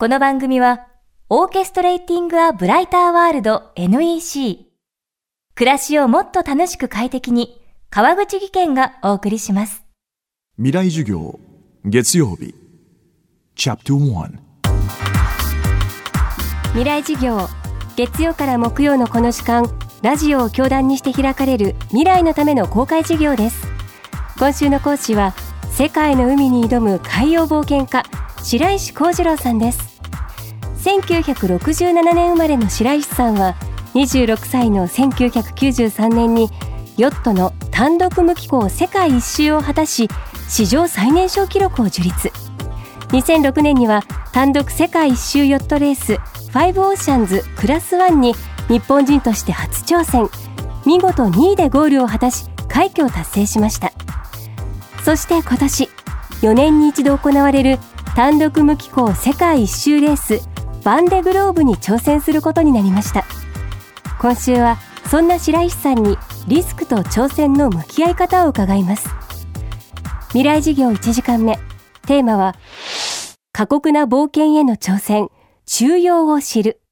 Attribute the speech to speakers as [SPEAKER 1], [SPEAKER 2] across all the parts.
[SPEAKER 1] この番組はオーケストレーティング・ア・ブライター・ワールド NEC 暮らしをもっと楽しく快適に川口義賢がお送りします。
[SPEAKER 2] 未来授業月曜日チャプター1
[SPEAKER 3] 未来授業月曜から木曜のこの時間、ラジオを教壇にして開かれる未来のための公開授業です。今週の講師は世界の海に挑む海洋冒険家白石康次郎さんです。1967年生まれの白石さんは26歳の1993年にヨットの単独無寄港世界一周を果たし、史上最年少記録を樹立。2006年には単独世界一周ヨットレースファイブオーシャンズクラス1に日本人として初挑戦、見事2位でゴールを果たし快挙を達成しました。そして今年4年に一度行われる単独無寄港世界一周レースヴァンデグローブに挑戦することになりました。今週はそんな白石さんにリスクと挑戦の向き合い方を伺います。未来授業1時間目、テーマは過酷な冒険への挑戦、中庸を知る。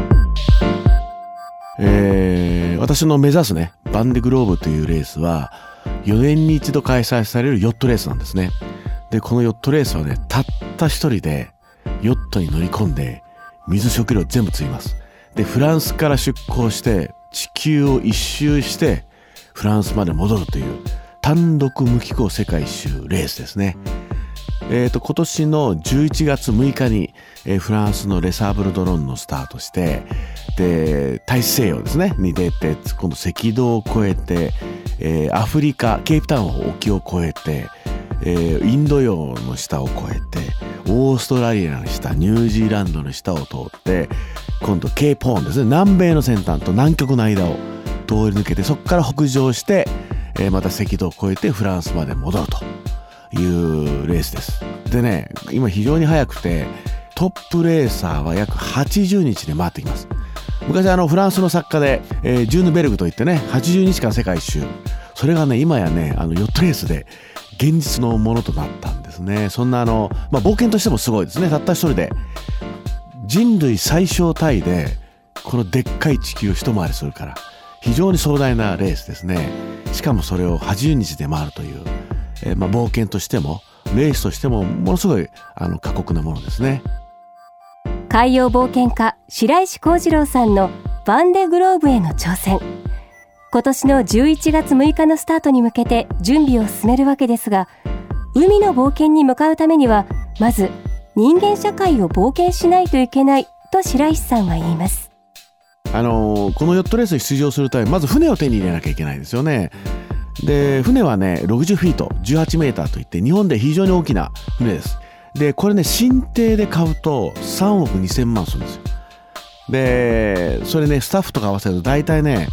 [SPEAKER 4] 私の目指すねヴァンデグローブというレースは4年に一度開催されるヨットレースなんですね。でこのヨットレースはね、たった一人でヨットに乗り込んで水食料全部積みます。でフランスから出港して地球を一周してフランスまで戻るという単独無寄港世界一周レースですね。今年の11月6日に、フランスのレサーブルドローンのスタートして、で大西洋ですねに出て、今度赤道を越えて、アフリカケープタウン沖を越えて、インド洋の下を越えてオーストラリアの下、ニュージーランドの下を通って、今度ケープホーンですね、南米の先端と南極の間を通り抜けて、そこから北上して、また赤道を越えてフランスまで戻るというレースです。でね、今非常に速くてトップレーサーは約80日で回ってきます。昔フランスの作家で、ジューヌベルグといってね、80日間世界一周、それがね今やねヨットレースで現実のものとなったんですね。そんな冒険としてもすごいですね。たった一人で人類最小タイでこのでっかい地球を一回りするから非常に壮大なレースですね。しかもそれを80日で回るという、冒険としてもレースとしてもものすごい過酷なものですね。
[SPEAKER 3] 海洋冒険家白石康次郎さんのヴァンデグローブへの挑戦。今年の11月6日のスタートに向けて準備を進めるわけですが、海の冒険に向かうためにはまず人間社会を冒険しないといけないと白石さんは言います。
[SPEAKER 4] このヨットレースに出場するためにまず船を手に入れなきゃいけないんですよね。で船はね60フィート18メーターといって日本で非常に大きな船です。でこれね新艇で買うと3億2000万するんですよ。でそれねスタッフとか合わせると大体ね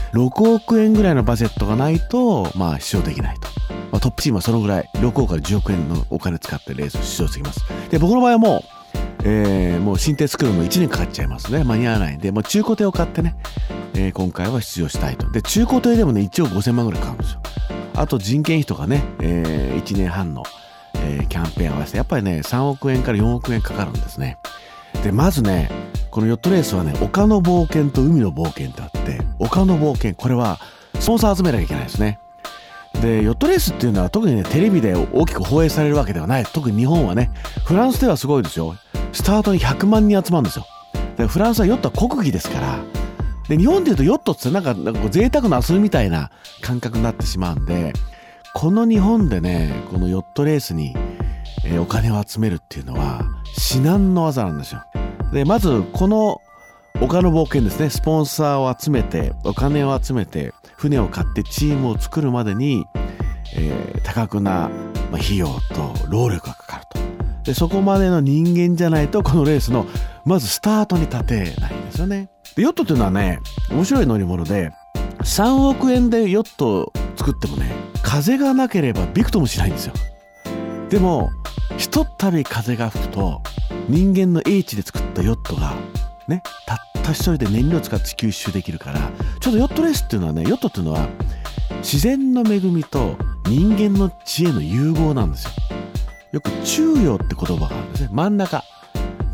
[SPEAKER 4] 6億円ぐらいのバジェットがないと出場できないと、トップチームはそのぐらい6億から10億円のお金使ってレース出場してきます。で僕の場合はもう新艇作るの1年かかっちゃいますね。間に合わないんでもう中古艇を買ってね、今回は出場したいと。で中古艇でもね1億5000万ぐらいかかるんですよ。あと人件費とかね、1年半の、キャンペーン合わせてやっぱりね3億円から4億円かかるんですね。でまずねこのヨットレースはね丘の冒険と海の冒険ってあって、丘の冒険これはスポンサー集めなきゃいけないですね。でヨットレースっていうのは特にねテレビで大きく放映されるわけではない。特に日本はね、フランスではすごいですよ。スタートに100万人集まるんですよ。でフランスはヨットは国技ですから。で日本でいうとヨットってなんか贅沢な遊びみたいな感覚になってしまうんで、この日本でねこのヨットレースに、お金を集めるっていうのは至難の業なんですよ。でまずこの丘の冒険ですね、スポンサーを集めてお金を集めて船を買ってチームを作るまでに、多額な、費用と労力がかかると。でそこまでの人間じゃないとこのレースのまずスタートに立てないんですよね。でヨットっていうのはね面白い乗り物で、3億円でヨットを作ってもね風がなければびくともしないんですよ。でもひとたび風が吹くと人間の英知で作ったヨットがねたった一人で燃料を使って地球一周できるから、ちょっとヨットレースっていうのはね、ヨットっていうのは自然の恵みと人間の知恵の融合なんですよ。よく中庸って言葉があるんですね。真ん中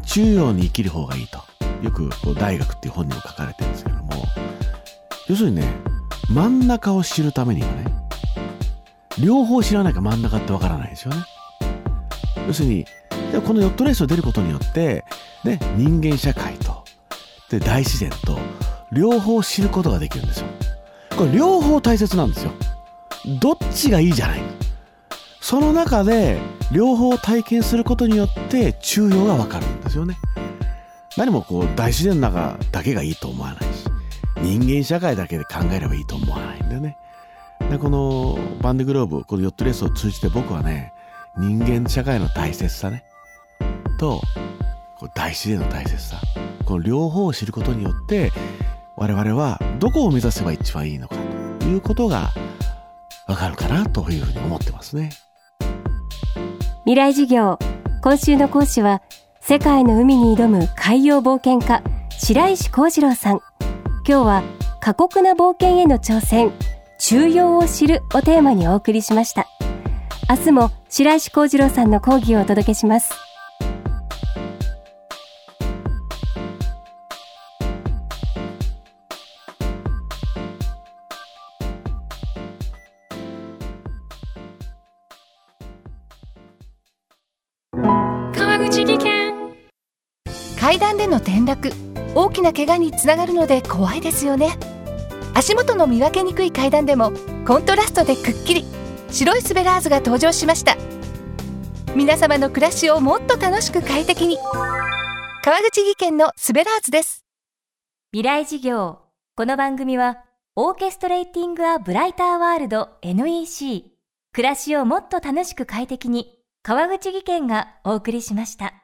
[SPEAKER 4] 中庸に生きる方がいいとよく大学っていう本にも書かれてるんですけども、要するにね、真ん中を知るためにはね、両方知らないか真ん中ってわからないですよね。要するにこのヨットレースを出ることによって、ね、人間社会とで大自然と両方知ることができるんですよ。これ両方大切なんですよ。どっちがいいじゃない。その中で両方体験することによって中庸がわかるんですよね。何も大自然の中だけがいいと思わないし、人間社会だけで考えればいいと思わないんだよね。でこのバンデグローブ、このヨットレースを通じて僕はね、人間社会の大切さねと大自然の大切さ、この両方を知ることによって我々はどこを目指せば一番いいのかということがわかるかなというふうに思ってますね。
[SPEAKER 3] 未来授業、今週の講師は世界の海に挑む海洋冒険家白石浩二郎さん。今日は過酷な冒険への挑戦、中庸を知るをテーマにお送りしました。明日も白石浩二郎さんの講義をお届けします。
[SPEAKER 5] 川口技研。階段での転落、大きな怪我につながるので怖いですよね。足元の見分けにくい階段でもコントラストでくっきり白いスベラーズが登場しました。皆様の暮らしをもっと楽しく快適に、川口技研のスベラーズです。
[SPEAKER 1] 未来事業。この番組はオーケストレーティング・ア・ブライター・ワールド NEC、 暮らしをもっと楽しく快適に、川口技研がお送りしました。